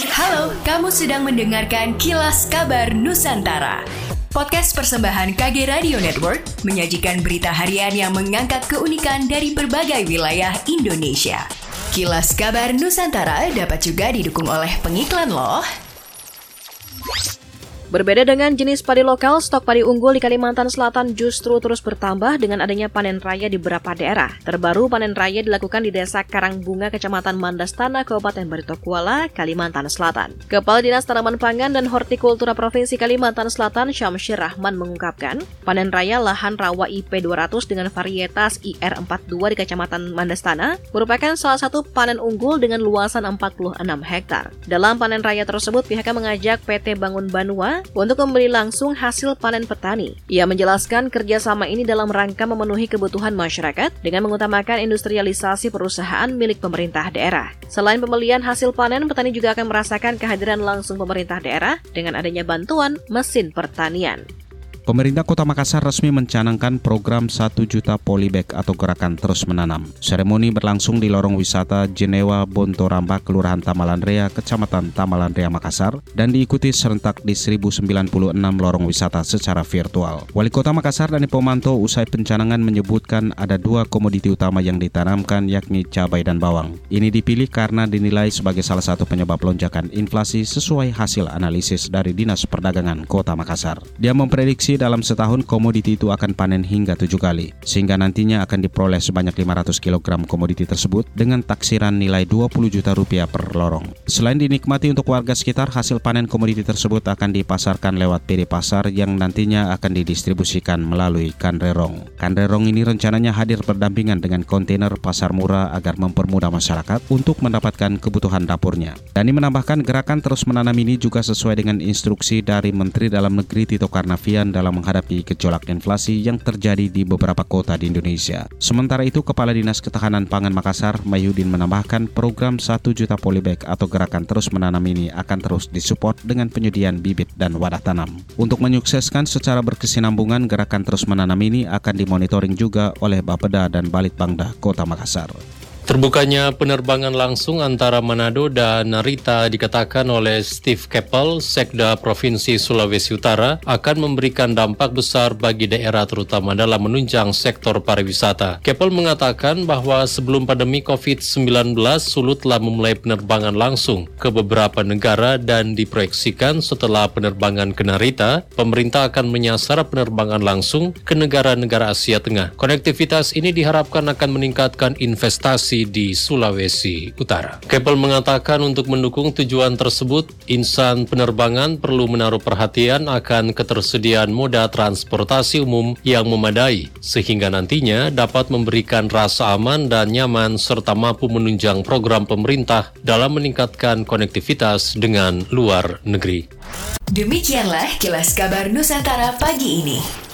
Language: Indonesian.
Halo, kamu sedang mendengarkan Kilas Kabar Nusantara. Podcast persembahan KG Radio Network menyajikan berita harian yang mengangkat keunikan dari berbagai wilayah Indonesia. Kilas Kabar Nusantara dapat juga didukung oleh pengiklan loh. Berbeda dengan jenis padi lokal, stok padi unggul di Kalimantan Selatan justru terus bertambah dengan adanya panen raya di beberapa daerah. Terbaru panen raya dilakukan di Desa Karangbunga, Kecamatan Mandastana, Kabupaten Barito Kuala, Kalimantan Selatan. Kepala Dinas Tanaman Pangan dan Hortikultura Provinsi Kalimantan Selatan, Syamsyir Rahman mengungkapkan, panen raya lahan rawa IP 200 dengan varietas IR42 di Kecamatan Mandastana merupakan salah satu panen unggul dengan luasan 46 hektar. Dalam panen raya tersebut, pihaknya mengajak PT Bangun Banua untuk membeli langsung hasil panen petani. Ia menjelaskan kerjasama ini dalam rangka memenuhi kebutuhan masyarakat dengan mengutamakan industrialisasi perusahaan milik pemerintah daerah. Selain pembelian hasil panen, petani juga akan merasakan kehadiran langsung pemerintah daerah dengan adanya bantuan mesin pertanian. Pemerintah Kota Makassar resmi mencanangkan program 1 juta polybag atau gerakan terus menanam. Seremoni berlangsung di lorong wisata Jenewa Bontoramba, Kelurahan Tamalan Rea, Kecamatan Tamalan Rea, Makassar, dan diikuti serentak di 1096 lorong wisata secara virtual. Wali Kota Makassar Dani Pomanto usai pencanangan menyebutkan ada dua komoditi utama yang ditanamkan, yakni cabai dan bawang. Ini dipilih karena dinilai sebagai salah satu penyebab lonjakan inflasi sesuai hasil analisis dari Dinas Perdagangan Kota Makassar. Dia memprediksi dalam setahun komoditi itu akan panen hingga 7 kali, sehingga nantinya akan diperoleh sebanyak 500 kg komoditi tersebut dengan taksiran nilai 20 juta rupiah per lorong. Selain dinikmati untuk warga sekitar, hasil panen komoditi tersebut akan dipasarkan lewat PD Pasar yang nantinya akan didistribusikan melalui Kanrerong. Kanrerong ini rencananya hadir berdampingan dengan kontainer pasar murah agar mempermudah masyarakat untuk mendapatkan kebutuhan dapurnya. Dani menambahkan gerakan terus menanam ini juga sesuai dengan instruksi dari Menteri Dalam Negeri Tito Karnavian dalam menghadapi gejolak inflasi yang terjadi di beberapa kota di Indonesia. Sementara itu, Kepala Dinas Ketahanan Pangan Makassar, Mahyudin, menambahkan program 1 juta polybag atau gerakan terus menanam ini akan terus disupport dengan penyediaan bibit dan wadah tanam. Untuk menyukseskan secara berkesinambungan, gerakan terus menanam ini akan dimonitoring juga oleh Bapeda dan Balitbangda Kota Makassar. Terbukanya penerbangan langsung antara Manado dan Narita dikatakan oleh Steve Keppel, Sekda Provinsi Sulawesi Utara, akan memberikan dampak besar bagi daerah terutama dalam menunjang sektor pariwisata. Keppel mengatakan bahwa sebelum pandemi COVID-19, Sulut telah memulai penerbangan langsung ke beberapa negara dan diproyeksikan setelah penerbangan ke Narita, pemerintah akan menyasar penerbangan langsung ke negara-negara Asia Tengah. Konektivitas ini diharapkan akan meningkatkan investasi di Sulawesi Utara. Keppel mengatakan untuk mendukung tujuan tersebut, insan penerbangan perlu menaruh perhatian akan ketersediaan moda transportasi umum yang memadai, sehingga nantinya dapat memberikan rasa aman dan nyaman serta mampu menunjang program pemerintah dalam meningkatkan konektivitas dengan luar negeri. Demikianlah Kilas Kabar Nusantara pagi ini.